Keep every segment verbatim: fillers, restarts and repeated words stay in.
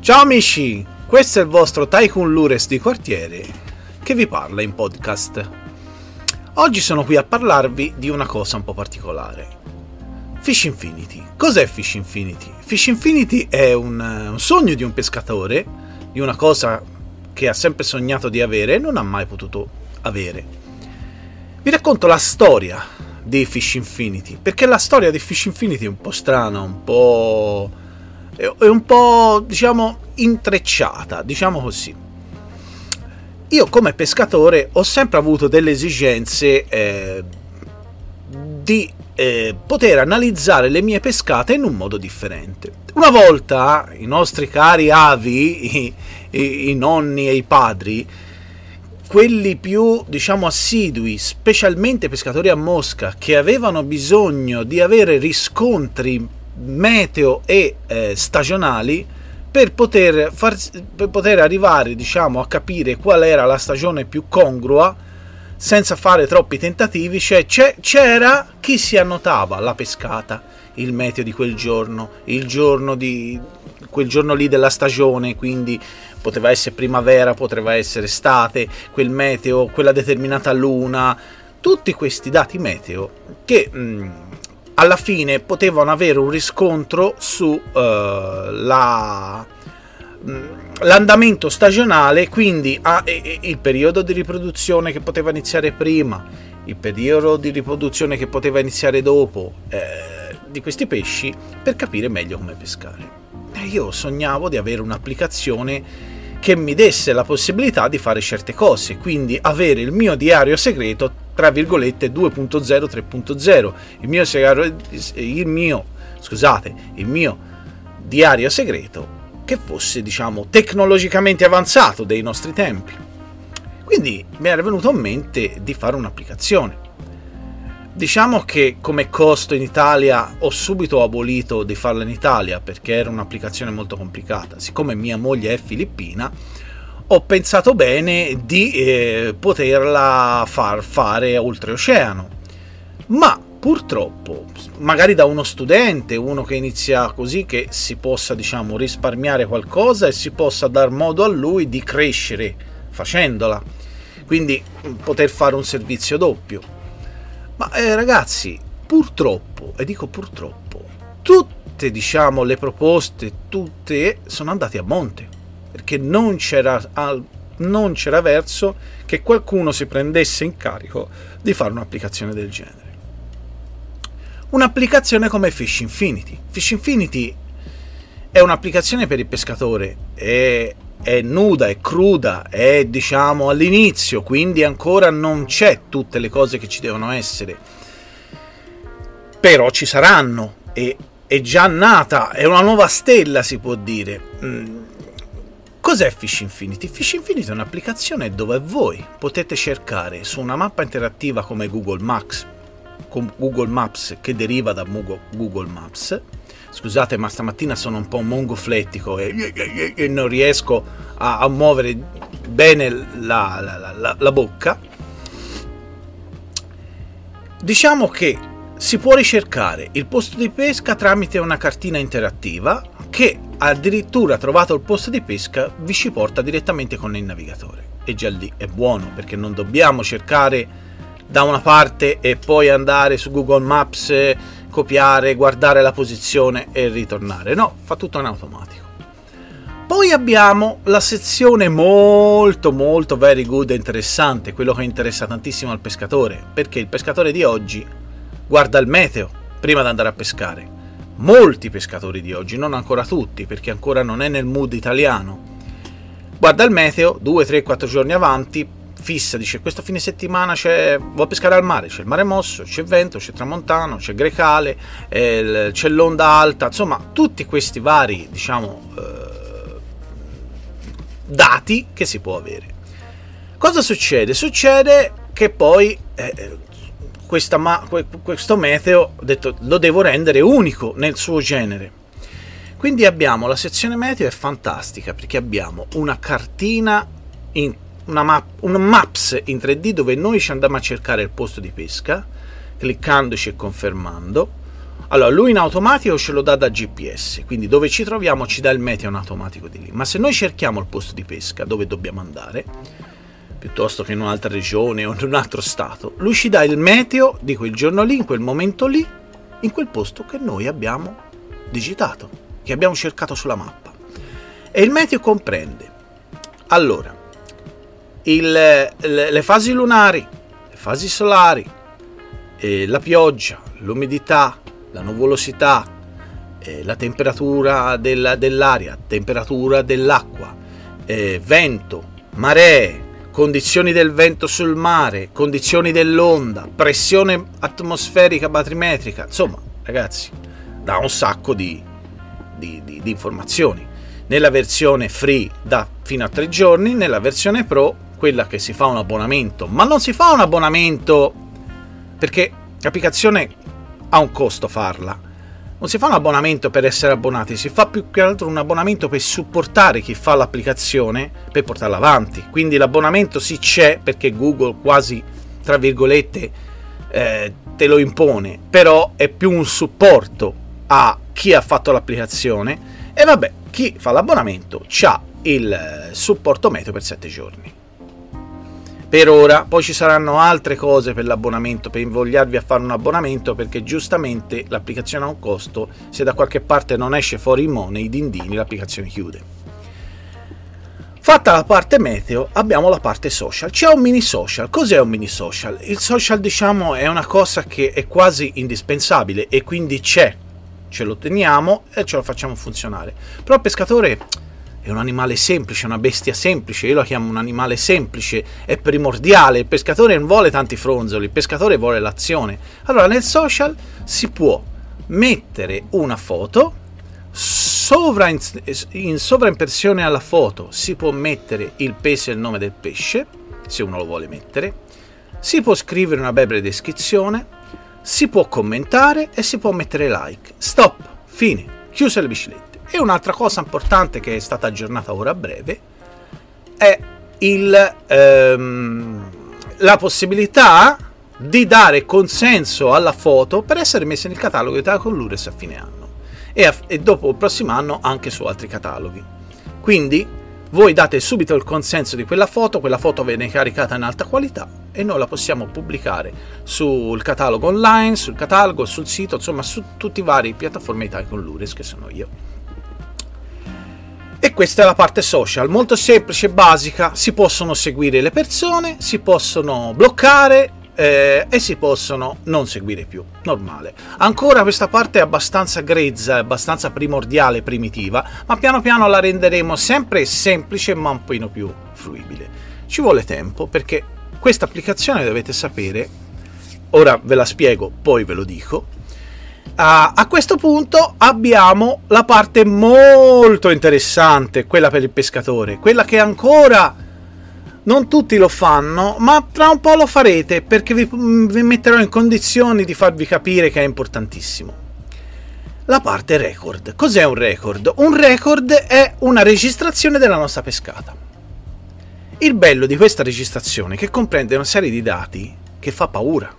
Ciao amici, questo è il vostro Tycoon Lures di quartiere che vi parla in podcast. Oggi sono qui a parlarvi di una cosa un po' particolare. Fish Infinity. Cos'è Fish Infinity? Fish Infinity è un, un sogno di un pescatore, di una cosa che ha sempre sognato di avere e non ha mai potuto avere. Vi racconto la storia di Fish Infinity, perché la storia di Fish Infinity è un po' strana, un po'... è un po', diciamo, intrecciata, diciamo così. Io come pescatore ho sempre avuto delle esigenze eh, di eh, poter analizzare le mie pescate in un modo differente. Una volta i nostri cari avi, i, i, i nonni e i padri, quelli più, diciamo, assidui, specialmente pescatori a mosca, che avevano bisogno di avere riscontri meteo e eh, stagionali per poter, far, per poter arrivare, diciamo, a capire qual era la stagione più congrua senza fare troppi tentativi. Cioè, c'era chi si annotava la pescata, il meteo di quel giorno, il giorno di quel giorno lì della stagione, quindi poteva essere primavera, poteva essere estate, quel meteo, quella determinata luna, tutti questi dati meteo che mh, alla fine potevano avere un riscontro su uh, la, mh, l'andamento stagionale, quindi ah, e, e, il periodo di riproduzione che poteva iniziare prima, il periodo di riproduzione che poteva iniziare dopo eh, di questi pesci, per capire meglio come pescare. E io sognavo di avere un'applicazione che mi desse la possibilità di fare certe cose, quindi avere il mio diario segreto, tra virgolette, due punto zero, tre punto zero, il mio, il mio, scusate, il mio diario segreto che fosse, diciamo, tecnologicamente avanzato dei nostri tempi. Quindi mi era venuto in mente di fare un'applicazione. Diciamo che come costo in Italia ho subito abolito di farla in Italia perché era un'applicazione molto complicata. Siccome mia moglie è filippina, ho pensato bene di eh, poterla far fare oltreoceano. Ma purtroppo, magari da uno studente, uno che inizia così, che si possa, diciamo, risparmiare qualcosa e si possa dar modo a lui di crescere facendola. Quindi poter fare un servizio doppio. Ma eh, ragazzi, purtroppo, e dico purtroppo, tutte, diciamo, le proposte, tutte sono andate a monte, perché non c'era, non c'era verso che qualcuno si prendesse in carico di fare un'applicazione del genere. Un'applicazione come Fish Infinity. Fish Infinity è un'applicazione per il pescatore, è, è nuda, è cruda, è, diciamo, all'inizio, quindi ancora non c'è tutte le cose che ci devono essere, però ci saranno, e è già nata, è una nuova stella, si può dire. Mm. Cos'è Fish Infinity? Fish Infinity è un'applicazione dove voi potete cercare su una mappa interattiva come Google Maps, con Google Maps che deriva da Google Maps. Scusate, ma stamattina sono un po' mongoflettico e, e, e non riesco a, a muovere bene la, la, la, la bocca. Diciamo che si può ricercare il posto di pesca tramite una cartina interattiva che, addirittura trovato il posto di pesca, vi ci porta direttamente con il navigatore. E già lì è buono, perché non dobbiamo cercare da una parte e poi andare su Google Maps, copiare, guardare la posizione e ritornare. No, fa tutto in automatico. Poi abbiamo la sezione molto molto very good e interessante, quello che interessa tantissimo al pescatore, perché il pescatore di oggi guarda il meteo prima di andare a pescare. Molti pescatori di oggi, non ancora tutti, perché ancora non è nel mood italiano, guarda il meteo due, tre, quattro giorni avanti, fissa, dice questo fine settimana c'è, vado a pescare al mare, c'è il mare mosso, c'è vento, c'è tramontano, c'è grecale, eh, c'è l'onda alta, insomma tutti questi vari, diciamo, eh, dati che si può avere. Cosa succede? Succede che poi eh, questa ma- questo meteo, ho detto, lo devo rendere unico nel suo genere. Quindi abbiamo la sezione meteo, è fantastica perché abbiamo una cartina in Una map, un maps in tre D dove noi ci andiamo a cercare il posto di pesca, cliccandoci e confermando. Allora, lui in automatico ce lo dà da G P S, quindi dove ci troviamo ci dà il meteo in automatico di lì. Ma se noi cerchiamo il posto di pesca dove dobbiamo andare, piuttosto che in un'altra regione o in un altro stato, lui ci dà il meteo di quel giorno lì, in quel momento lì, in quel posto che noi abbiamo digitato, che abbiamo cercato sulla mappa. E il meteo comprende, allora, il, le, le fasi lunari, le fasi solari, eh, la pioggia, l'umidità, la nuvolosità, eh, la temperatura del, dell'aria, temperatura dell'acqua, eh, vento, maree, condizioni del vento sul mare, condizioni dell'onda, pressione atmosferica barometrica, insomma, ragazzi, dà un sacco di, di, di, di informazioni. Nella versione free da fino a tre giorni, nella versione pro, quella che si fa un abbonamento, ma non si fa un abbonamento perché l'applicazione ha un costo farla, non si fa un abbonamento per essere abbonati, si fa più che altro un abbonamento per supportare chi fa l'applicazione, per portarla avanti. Quindi l'abbonamento sì c'è, perché Google quasi, tra virgolette, eh, te lo impone, però è più un supporto a chi ha fatto l'applicazione. E vabbè, chi fa l'abbonamento c'ha il supporto meteo per sette giorni. Per ora, poi ci saranno altre cose per l'abbonamento, per invogliarvi a fare un abbonamento, perché giustamente l'applicazione ha un costo, se da qualche parte non esce fuori i money, i dindini, l'applicazione chiude. Fatta la parte meteo, abbiamo la parte social. C'è un mini social. Cos'è un mini social? Il social, diciamo, è una cosa che è quasi indispensabile e quindi c'è, ce lo teniamo e ce lo facciamo funzionare. Però il pescatore è un animale semplice, una bestia semplice, io lo chiamo un animale semplice, è primordiale, il pescatore non vuole tanti fronzoli, il pescatore vuole l'azione. Allora nel social si può mettere una foto, sovra in, in sovraimpressione alla foto si può mettere il peso e il nome del pesce, se uno lo vuole mettere, si può scrivere una breve descrizione, si può commentare e si può mettere like. Stop, fine, chiuse le biciclette. E un'altra cosa importante che è stata aggiornata ora a breve è il, ehm, la possibilità di dare consenso alla foto per essere messa nel catalogo di Tycoon Lures a fine anno e, a, e dopo il prossimo anno anche su altri cataloghi. Quindi voi date subito il consenso di quella foto, quella foto viene caricata in alta qualità e noi la possiamo pubblicare sul catalogo online, sul catalogo, sul sito, insomma su tutte le varie piattaforme di Tycoon Lures che sono io. E questa è la parte social, molto semplice, basica, si possono seguire le persone, si possono bloccare eh, e si possono non seguire più, normale. Ancora questa parte è abbastanza grezza, è abbastanza primordiale, primitiva, ma piano piano la renderemo sempre semplice ma un pochino più fruibile. Ci vuole tempo perché questa applicazione, dovete sapere, ora ve la spiego, poi ve lo dico. Uh, a questo punto abbiamo la parte molto interessante, quella per il pescatore, quella che ancora non tutti lo fanno, ma tra un po' lo farete perché vi, vi metterò in condizioni di farvi capire che è importantissimo. La parte record. Cos'è un record? Un record è una registrazione della nostra pescata. Il bello di questa registrazione è che comprende una serie di dati che fa paura.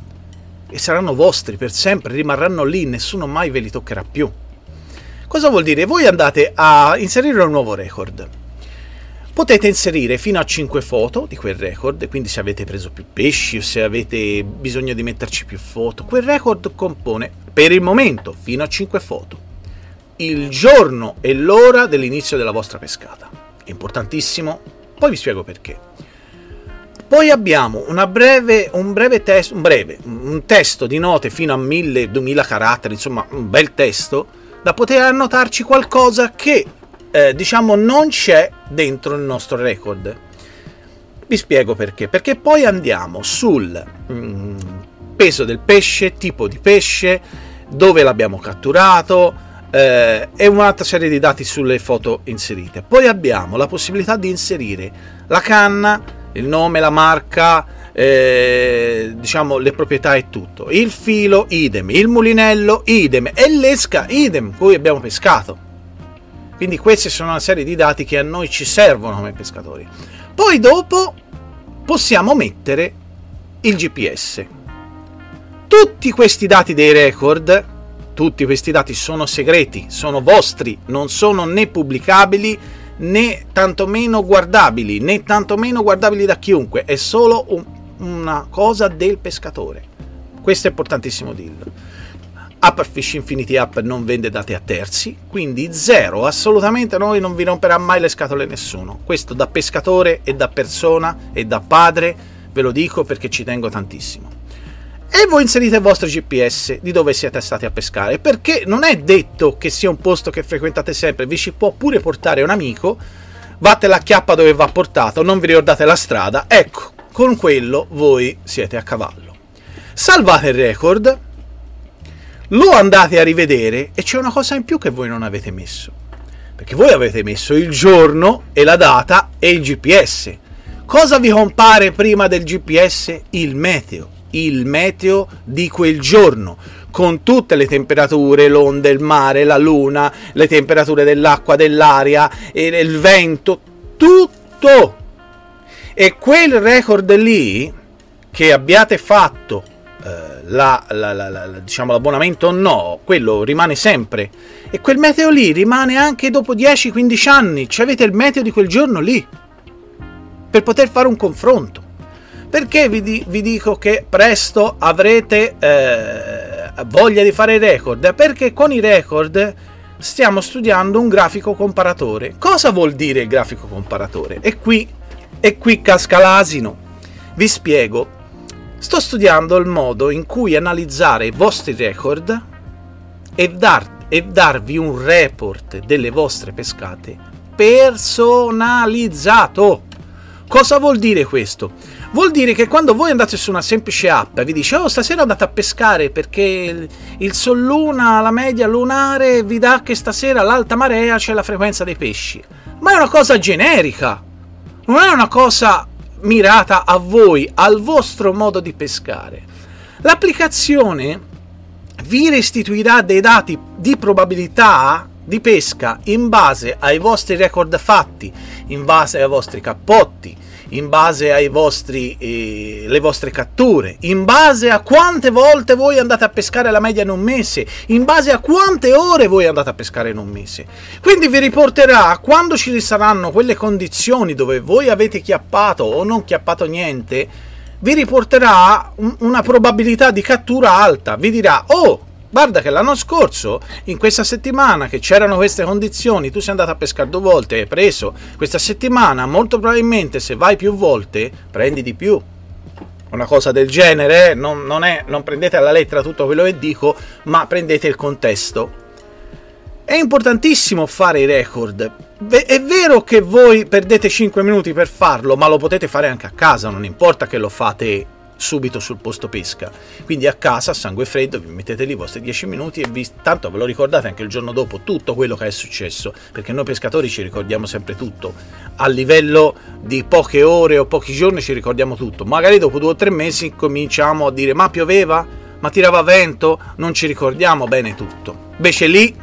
E saranno vostri per sempre, rimarranno lì, nessuno mai ve li toccherà più. Cosa vuol dire? Voi andate a inserire un nuovo record. Potete inserire fino a cinque foto di quel record, quindi se avete preso più pesci o se avete bisogno di metterci più foto, quel record compone, per il momento, fino a cinque foto, il giorno e l'ora dell'inizio della vostra pescata. È importantissimo, poi vi spiego perché. Poi abbiamo una breve, un breve testo, un breve, un testo di note fino a mille duemila caratteri, insomma un bel testo, da poter annotarci qualcosa che eh, diciamo non c'è dentro il nostro record. Vi spiego perché. Perché poi andiamo sul mm, peso del pesce, tipo di pesce, dove l'abbiamo catturato eh, e un'altra serie di dati sulle foto inserite. Poi abbiamo la possibilità di inserire la canna, il nome, la marca, eh, diciamo le proprietà e tutto, il filo idem, il mulinello idem e l'esca idem cui abbiamo pescato. Quindi queste sono una serie di dati che a noi ci servono come pescatori. Poi dopo possiamo mettere il G P S. Tutti questi dati dei record tutti questi dati sono segreti, sono vostri, non sono né pubblicabili né tantomeno guardabili, né tantomeno guardabili da chiunque, è solo un, una cosa del pescatore. Questo è importantissimo dirlo. App Fish Infinity App non vende dati a terzi, quindi zero, assolutamente noi non vi romperà mai le scatole nessuno. Questo da pescatore e da persona e da padre ve lo dico perché ci tengo tantissimo. E voi inserite il vostro G P S di dove siete stati a pescare, perché non è detto che sia un posto che frequentate sempre, vi ci può pure portare un amico, vatte la chiappa dove va portato, non vi ricordate la strada, ecco, con quello voi siete a cavallo. Salvate il record, lo andate a rivedere e c'è una cosa in più che voi non avete messo, perché voi avete messo il giorno e la data e il G P S. Cosa vi compare prima del G P S? Il meteo, il meteo di quel giorno, con tutte le temperature, l'onda, il mare, la luna, le temperature dell'acqua, dell'aria, il vento, tutto. E quel record lì che abbiate fatto, La, la, la, la, diciamo l'abbonamento o no, quello rimane sempre, e quel meteo lì rimane anche dopo dieci quindici anni, ci avete il meteo di quel giorno lì per poter fare un confronto. Perché vi, di, vi dico che presto avrete eh, voglia di fare i record? Perché con i record stiamo studiando un grafico comparatore. Cosa vuol dire il grafico comparatore? E qui, e qui casca l'asino, vi spiego. Sto studiando il modo in cui analizzare i vostri record e, dar, e darvi un report delle vostre pescate personalizzato. Cosa vuol dire questo? Vuol dire che quando voi andate su una semplice app e vi dice oh stasera andate a pescare perché il, il sol luna, la media lunare vi dà che stasera all'alta marea c'è la frequenza dei pesci, ma è una cosa generica, non è una cosa mirata a voi, al vostro modo di pescare. L'applicazione vi restituirà dei dati di probabilità di pesca in base ai vostri record fatti, in base ai vostri cappotti, in base ai vostri eh, le vostre catture, in base a quante volte voi andate a pescare la media in un mese, in base a quante ore voi andate a pescare in un mese. Quindi vi riporterà, quando ci saranno quelle condizioni dove voi avete chiappato o non chiappato niente, vi riporterà un, una probabilità di cattura alta, vi dirà oh guarda che l'anno scorso, in questa settimana che c'erano queste condizioni, tu sei andato a pescare due volte e hai preso. Questa settimana, molto probabilmente, se vai più volte, prendi di più. Una cosa del genere, eh? non, non, è, non prendete alla lettera tutto quello che dico, ma prendete il contesto. È importantissimo fare i record. È vero che voi perdete cinque minuti per farlo, ma lo potete fare anche a casa, non importa che lo fate subito sul posto pesca, quindi a casa a sangue freddo vi mettete lì i vostri dieci minuti e vi, tanto ve lo ricordate anche il giorno dopo tutto quello che è successo, perché noi pescatori ci ricordiamo sempre tutto, a livello di poche ore o pochi giorni ci ricordiamo tutto, magari dopo due o tre mesi cominciamo a dire ma pioveva, ma tirava vento, non ci ricordiamo bene tutto, invece lì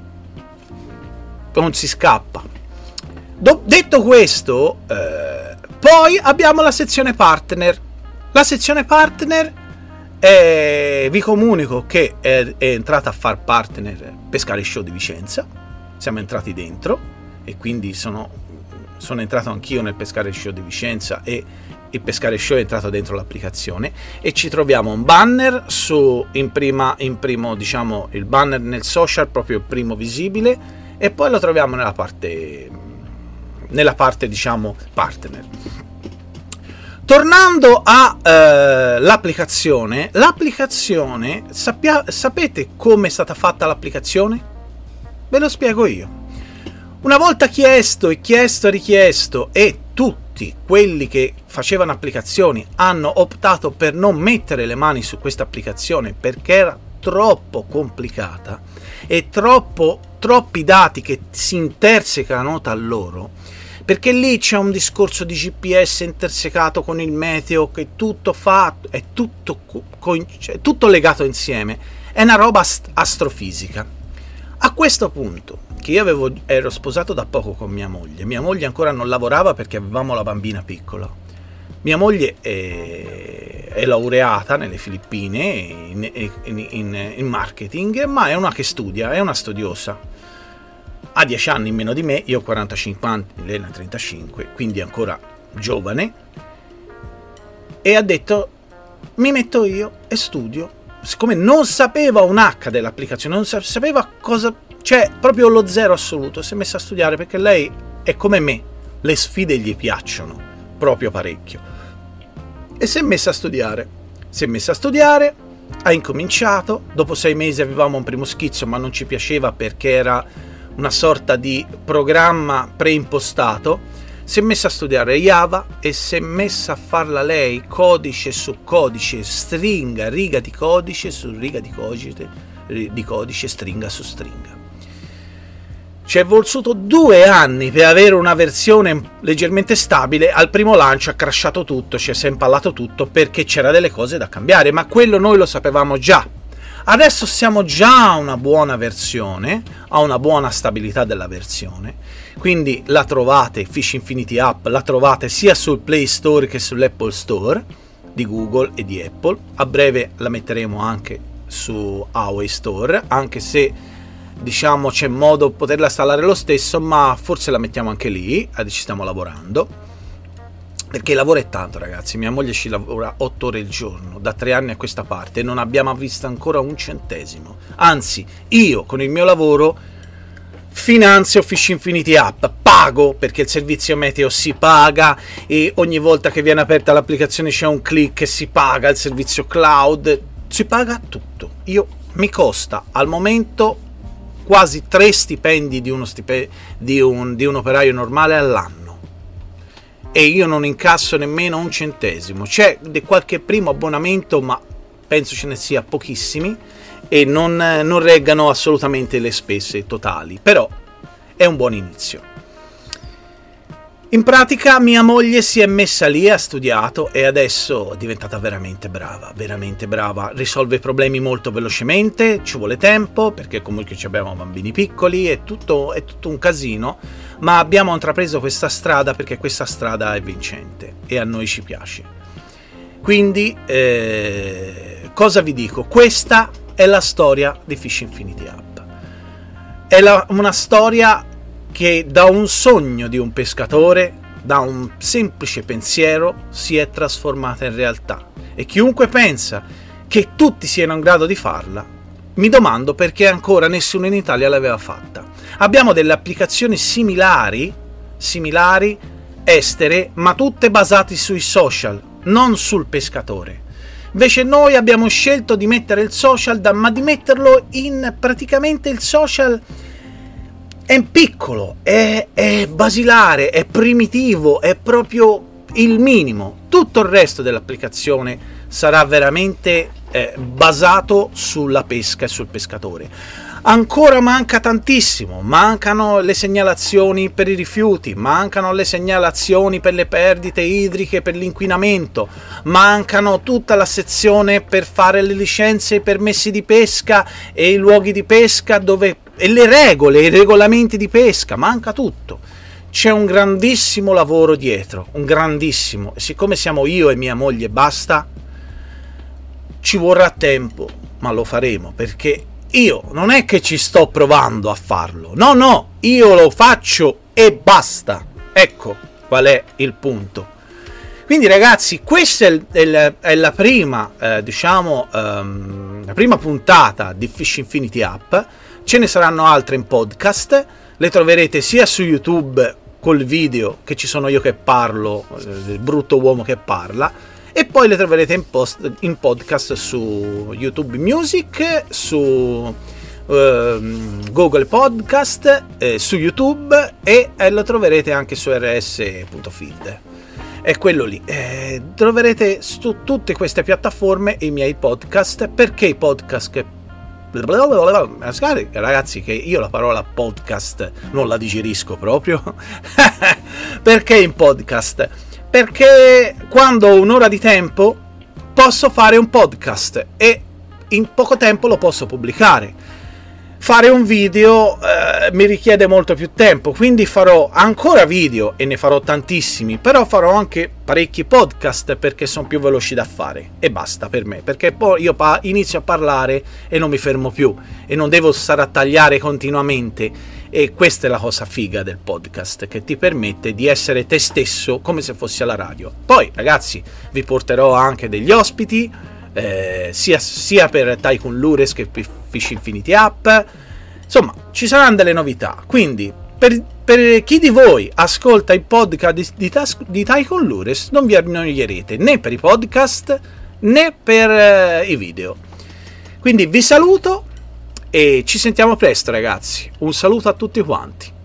non si scappa. Do- detto questo, eh, poi abbiamo la sezione partner. La sezione partner, eh, vi comunico che è, è entrata a far partner Pescare Show di Vicenza, siamo entrati dentro e quindi sono, sono entrato anch'io nel Pescare Show di Vicenza e il Pescare Show è entrato dentro l'applicazione e ci troviamo un banner su, in prima, in primo, diciamo, il banner nel social, proprio il primo visibile, e poi lo troviamo nella parte, nella parte diciamo, partner. Tornando all'applicazione, eh, l'applicazione, sappia, sapete come è stata fatta l'applicazione? Ve lo spiego io. Una volta chiesto e chiesto e richiesto e tutti quelli che facevano applicazioni hanno optato per non mettere le mani su questa applicazione perché era troppo complicata e troppo, troppi dati che si intersecano tra loro, perché lì c'è un discorso di G P S intersecato con il meteo che tutto fa, è tutto, è tutto legato insieme, è una roba ast- astrofisica. A questo punto, che io avevo, ero sposato da poco con mia moglie, mia moglie ancora non lavorava perché avevamo la bambina piccola, mia moglie è, è laureata nelle Filippine in, in, in, in marketing, ma è una che studia, è una studiosa. Ha dieci anni in meno di me, io ho quarantacinque anni, lei ne ha trentacinque, quindi ancora giovane, e ha detto mi metto io e studio. Siccome non sapeva un H dell'applicazione, non sapeva cosa, cioè proprio lo zero assoluto, si è messa a studiare perché lei è come me, le sfide gli piacciono proprio parecchio, e si è messa a studiare, si è messa a studiare, ha incominciato, dopo sei mesi avevamo un primo schizzo ma non ci piaceva perché era una sorta di programma preimpostato. Si è messa a studiare Java e si è messa a farla lei, codice su codice, stringa, riga di codice su riga di codice, di codice, stringa su stringa. Ci è voluto due anni per avere una versione leggermente stabile. Al primo lancio ha crashato tutto, ci si è impallato tutto perché c'era delle cose da cambiare, ma quello noi lo sapevamo già. Adesso siamo già a una buona versione, a una buona stabilità della versione, quindi la trovate, Fish Infinity App, la trovate sia sul Play Store che sull'Apple Store di Google e di Apple. A breve la metteremo anche su Huawei Store, anche se diciamo c'è modo di poterla installare lo stesso, ma forse la mettiamo anche lì, ci stiamo lavorando. Perché il lavoro è tanto, ragazzi, mia moglie ci lavora otto ore al giorno, da tre anni a questa parte, e non abbiamo visto ancora un centesimo. Anzi, io con il mio lavoro finanzio Fish Infinity App, pago, perché il servizio meteo si paga, e ogni volta che viene aperta l'applicazione c'è un click e si paga, il servizio cloud, si paga tutto. Io mi costa al momento quasi tre stipendi di, uno stipe- di, un, di un operaio normale all'anno. E io non incasso nemmeno un centesimo. C'è qualche primo abbonamento, ma penso ce ne sia pochissimi e non, non reggano assolutamente le spese totali, però è un buon inizio. In pratica mia moglie si è messa lì, ha studiato e adesso è diventata veramente brava, veramente brava, risolve i problemi molto velocemente, ci vuole tempo perché comunque abbiamo bambini piccoli, è tutto, è tutto un casino, ma abbiamo intrapreso questa strada perché questa strada è vincente e a noi ci piace. Quindi eh, cosa vi dico? Questa è la storia di Fish Infinity App, è la, una storia che da un sogno di un pescatore, da un semplice pensiero, si è trasformata in realtà. E chiunque pensa che tutti siano in grado di farla, mi domando perché ancora nessuno in Italia l'aveva fatta. Abbiamo delle applicazioni similari, similari, estere, ma tutte basate sui social, non sul pescatore. Invece noi abbiamo scelto di mettere il social, da, ma di metterlo in praticamente il social è piccolo, è, è basilare, è primitivo, è proprio il minimo. Tutto il resto dell'applicazione sarà veramente eh, basato sulla pesca e sul pescatore. Ancora manca tantissimo, mancano le segnalazioni per i rifiuti, mancano le segnalazioni per le perdite idriche, per l'inquinamento, mancano tutta la sezione per fare le licenze, i permessi di pesca e i luoghi di pesca dove, e le regole, i regolamenti di pesca, manca tutto. C'è un grandissimo lavoro dietro, un grandissimo, e siccome siamo io e mia moglie basta, ci vorrà tempo, ma lo faremo perché io non è che ci sto provando a farlo, no no, io lo faccio e basta. Ecco qual è il punto. Quindi ragazzi, questa è, il, è la prima, eh, diciamo, um, la prima puntata di Fish Infinity App. Ce ne saranno altre in podcast, le troverete sia su YouTube col video che ci sono io che parlo, il brutto uomo che parla, e poi le troverete in, post, in podcast su YouTube Music, su uh, Google Podcast, eh, su YouTube e eh, lo troverete anche su R S punto feed. È quello lì. Eh, troverete su tutte queste piattaforme i miei podcast. Perché i podcast che ragazzi, che io la parola podcast non la digerisco proprio. Perché in podcast? Perché quando ho un'ora di tempo posso fare un podcast e in poco tempo lo posso pubblicare. fare un video eh, mi richiede molto più tempo, quindi farò ancora video e ne farò tantissimi, però farò anche parecchi podcast perché sono più veloci da fare e basta per me, perché poi io pa- inizio a parlare e non mi fermo più e non devo stare a tagliare continuamente, e questa è la cosa figa del podcast, che ti permette di essere te stesso come se fossi alla radio. Poi ragazzi, vi porterò anche degli ospiti, Eh, sia, sia per Tycoon Lures che per Fish Infinity App, insomma ci saranno delle novità, quindi per, per chi di voi ascolta il podcast di, di, di Tycoon Lures non vi annoierete né per i podcast né per eh, i video. Quindi vi saluto e ci sentiamo presto ragazzi, un saluto a tutti quanti.